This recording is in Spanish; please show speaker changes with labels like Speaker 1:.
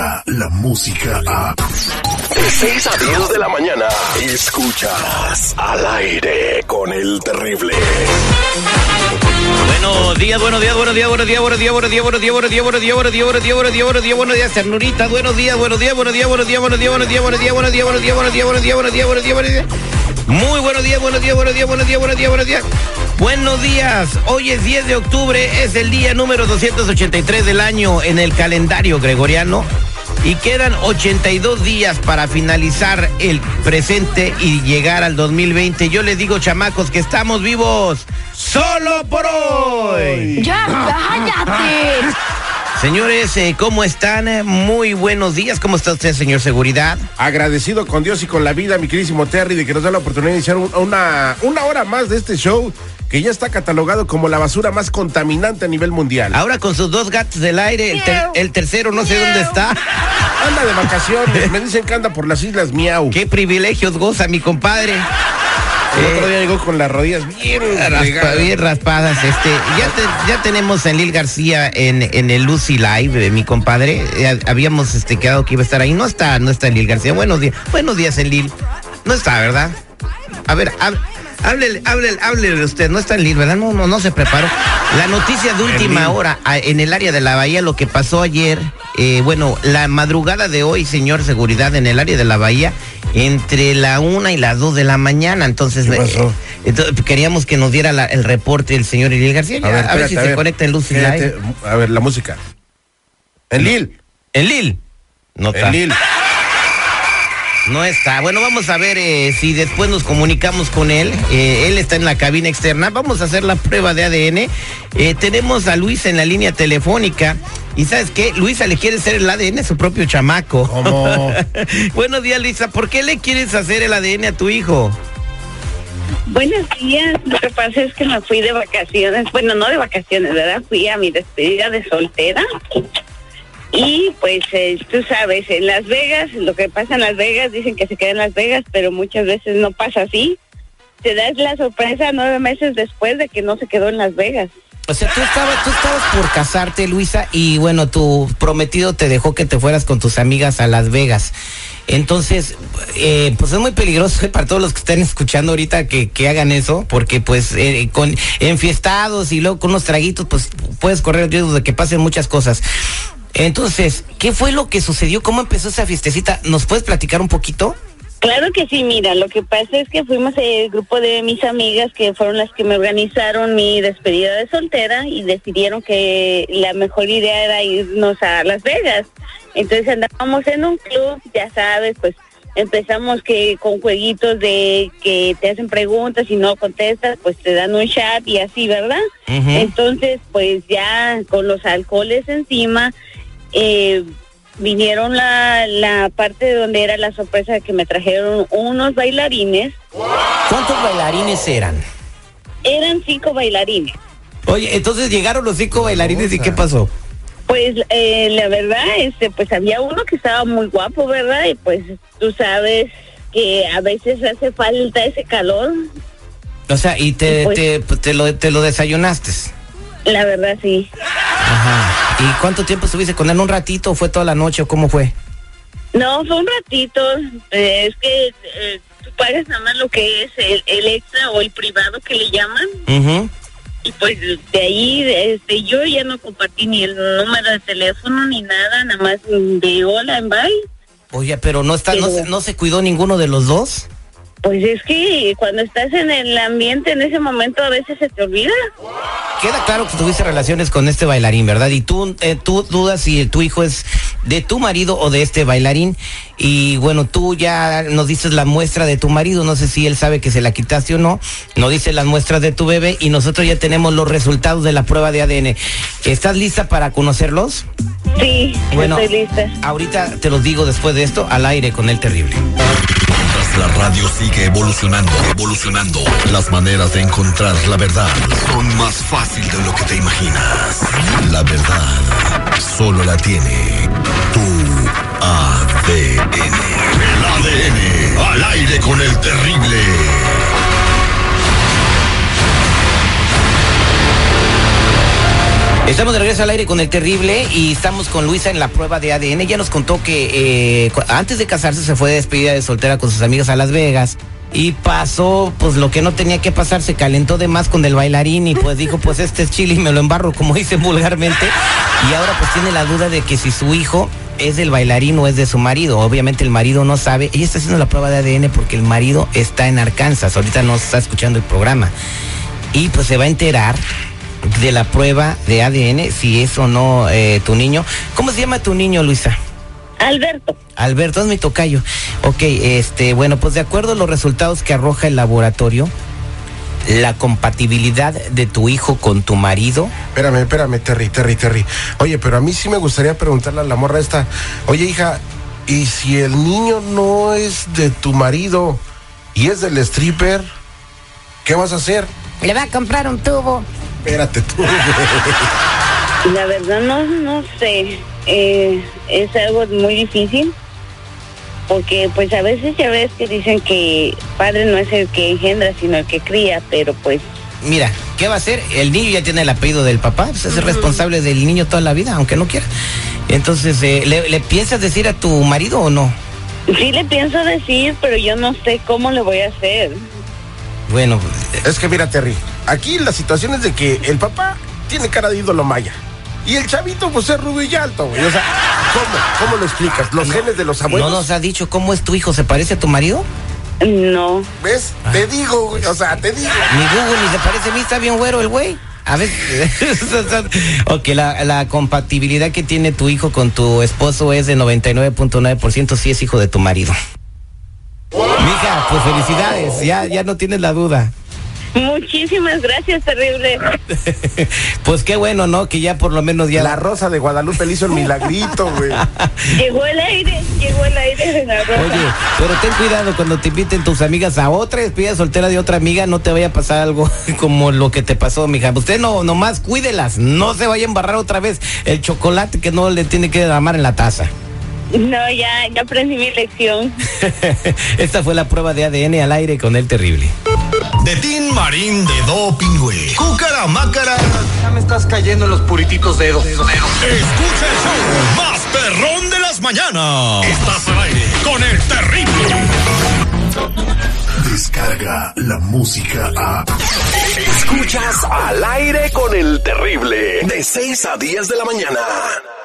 Speaker 1: Llega la música a... De 6 a 10 de la mañana, escuchas Al Aire con el Terrible.
Speaker 2: Buenos días, buenos días, buenos días, buenos días, buenos días, buenos días, buenos días, buenos días, buenos días, buenos días, buenos días, buenos días, buenos días, buenos días, ternurita, buenos días, buenos días, buenos días, buenos días, buenos días, buenos días, buenos días, buenos días, buenos días, buenos días, buenos días, buenos días, buenos días, buenos días. Muy buenos días, buenos días, buenos días, buenos días, buenos días, buenos días. Buenos días, hoy es 10 de octubre, es el día número 283 del año en el calendario gregoriano y quedan 82 días para finalizar el presente y llegar al 2020. Yo les digo, chamacos, que estamos vivos solo por hoy.
Speaker 3: ¡Ya cállate!
Speaker 2: Señores, ¿cómo están? Muy buenos días. ¿Cómo está usted, señor Seguridad?
Speaker 4: Agradecido con Dios y con la vida, mi queridísimo Terry, de que nos da la oportunidad de iniciar una hora más de este show que ya está catalogado como la basura más contaminante a nivel mundial.
Speaker 2: Ahora con sus dos gatos del aire, el tercero no sé dónde está.
Speaker 4: Anda de vacaciones, me dicen que anda por las islas Miau.
Speaker 2: Qué privilegios goza mi compadre.
Speaker 4: El otro día llegó con las rodillas bien
Speaker 2: raspadas. Ya tenemos a Enlil García en el Lucy Live, mi compadre. Habíamos quedado que iba a estar ahí. No está Enlil García. Buenos días, Enlil. No está, ¿verdad? A ver, háblele usted. No está Enlil, ¿verdad? No se preparó. La noticia de última hora en el área de la Bahía, lo que pasó ayer, la madrugada de hoy, señor Seguridad, en el área de la Bahía, entre la 1 y las 2 de la mañana. Entonces, entonces queríamos que nos diera el reporte el señor Enlil García. A ver si se conecta en Lucy Live.
Speaker 4: A ver, la música. Enlil.
Speaker 2: No está.
Speaker 4: Enlil.
Speaker 2: No está. Bueno, vamos a ver si después nos comunicamos con él. Él está en la cabina externa. Vamos a hacer la prueba de ADN. Tenemos a Luisa en la línea telefónica. ¿Y sabes qué? Luisa le quiere hacer el ADN a su propio chamaco.
Speaker 4: ¿Cómo?
Speaker 2: Buenos días, Luisa. ¿Por qué le quieres hacer el ADN a tu hijo?
Speaker 5: Buenos días. Lo que pasa es que me fui de vacaciones. Bueno, no de vacaciones, ¿verdad? Fui a mi despedida de soltera. Y pues tú sabes, en Las Vegas, lo que pasa en Las Vegas, dicen que se queda en Las Vegas, pero muchas veces no pasa así. Te das la sorpresa 9 meses después de que no se quedó en Las Vegas.
Speaker 2: O sea, tú estabas por casarte, Luisa, y bueno, tu prometido te dejó que te fueras con tus amigas a Las Vegas. Entonces, pues es muy peligroso para todos los que están escuchando ahorita que hagan eso, porque pues con enfiestados y luego con unos traguitos, pues puedes correr el riesgo de que pasen muchas cosas. Entonces, ¿qué fue lo que sucedió? ¿Cómo empezó esa fiestecita? ¿Nos puedes platicar un poquito?
Speaker 5: Claro que sí, mira, lo que pasa es que fuimos el grupo de mis amigas que fueron las que me organizaron mi despedida de soltera y decidieron que la mejor idea era irnos a Las Vegas. Entonces andábamos en un club, ya sabes, pues empezamos con jueguitos de que te hacen preguntas y no contestas, pues te dan un shot y así, ¿verdad? Uh-huh. Entonces, pues ya con los alcoholes encima, vinieron la parte donde era la sorpresa de que me trajeron unos bailarines.
Speaker 2: ¿Cuántos bailarines eran?
Speaker 5: Eran 5 bailarines.
Speaker 2: Oye, entonces llegaron los 5 bailarines y ¿qué pasó?
Speaker 5: Pues la verdad, pues había uno que estaba muy guapo, ¿verdad? Y pues tú sabes que a veces hace falta ese calor.
Speaker 2: O sea, y te lo desayunaste.
Speaker 5: La verdad, sí.
Speaker 2: Ajá. ¿Y cuánto tiempo estuviste con él? ¿Un ratito o fue toda la noche o cómo fue?
Speaker 5: No, fue un ratito. Es que tú pagas nada más lo que es el extra o el privado que le llaman. Uh-huh. Y pues de ahí yo ya no compartí ni el número de teléfono ni nada más de hola en bye.
Speaker 2: Oye, pero no se cuidó ninguno de los dos.
Speaker 5: Pues es que cuando estás en el ambiente en ese momento a veces se te olvida.
Speaker 2: Queda claro que tuviste relaciones con este bailarín, ¿verdad? Y tú dudas si tu hijo es de tu marido o de este bailarín. Y bueno, tú ya nos dices la muestra de tu marido, no sé si él sabe que se la quitaste o no. Nos dices las muestras de tu bebé y nosotros ya tenemos los resultados de la prueba de ADN. ¿Estás lista para conocerlos?
Speaker 5: Sí, bueno, estoy lista.
Speaker 2: Ahorita te los digo después de esto, al aire con el Terrible.
Speaker 1: La radio sigue evolucionando. Las maneras de encontrar la verdad son más fácil de lo que te imaginas. La verdad solo la tiene tu ADN. El ADN al aire con el Terrible.
Speaker 2: Estamos de regreso al aire con el terrible y estamos con Luisa en la prueba de ADN. Ella nos contó que antes de casarse se fue de despedida de soltera con sus amigas a Las Vegas y pasó pues lo que no tenía que pasar, se calentó de más con el bailarín y pues dijo pues este es chile y me lo embarro, como dicen vulgarmente, y ahora pues tiene la duda de que si su hijo es del bailarín o es de su marido. Obviamente el marido no sabe. Ella está haciendo la prueba de ADN porque el marido está en Arkansas, ahorita no está escuchando el programa y pues se va a enterar de la prueba de ADN, si es o no tu niño. ¿Cómo se llama tu niño, Luisa? Alberto, es mi tocayo. Ok, bueno, pues de acuerdo a los resultados que arroja el laboratorio, la compatibilidad de tu hijo con tu marido.
Speaker 4: Espérame, Terry. Oye, pero a mí sí me gustaría preguntarle a la morra esta, oye, hija, ¿y si el niño no es de tu marido y es del stripper, qué vas a hacer?
Speaker 3: Le va a comprar un tubo.
Speaker 4: Espérate tú.
Speaker 5: La verdad no sé, es algo muy difícil, porque pues a veces ya ves que dicen que padre no es el que engendra, sino el que cría, pero pues...
Speaker 2: Mira, ¿qué va a hacer? El niño ya tiene el apellido del papá, pues es el responsable del niño toda la vida, aunque no quiera. Entonces, ¿le piensas decir a tu marido o no?
Speaker 5: Sí le pienso decir, pero yo no sé cómo le voy a hacer.
Speaker 2: Bueno,
Speaker 4: es que mira, Terry, aquí la situación es de que el papá tiene cara de ídolo maya y el chavito pues es rubio y alto, güey. O sea, ¿cómo lo explicas? ¿Los genes de los abuelos?
Speaker 2: ¿No nos ha dicho cómo es tu hijo? ¿Se parece a tu marido?
Speaker 5: No.
Speaker 4: ¿Ves? Te digo, güey, o sea, te digo.
Speaker 2: Ni Google ni se parece a mí, está bien güero el güey. A ver, ok, la compatibilidad que tiene tu hijo con tu esposo es de 99.9%, si es hijo de tu marido. Mija, pues felicidades, ya no tienes la duda.
Speaker 5: Muchísimas gracias, terrible.
Speaker 2: Pues qué bueno, ¿no? Que ya por lo menos ya...
Speaker 4: La Rosa de Guadalupe le hizo el milagrito, güey.
Speaker 5: Llegó el aire de la Rosa.
Speaker 2: Oye, pero ten cuidado cuando te inviten tus amigas a otra despedida soltera de otra amiga, no te vaya a pasar algo como lo que te pasó, mija. Usted nomás cuídelas, no se vaya a embarrar otra vez el chocolate que no le tiene que derramar en la taza.
Speaker 5: No, ya aprendí mi lección.
Speaker 2: Esta fue la prueba de ADN al aire con el terrible.
Speaker 1: De Tin Marín de Dopingüe. Cúcara Mácara.
Speaker 6: Ya me estás cayendo en los purititos dedos.
Speaker 1: Escucha el show más perrón de las mañanas. Estás al aire con el terrible. Descarga la música a... Escuchas al aire con el terrible. De 6 a 10 de la mañana.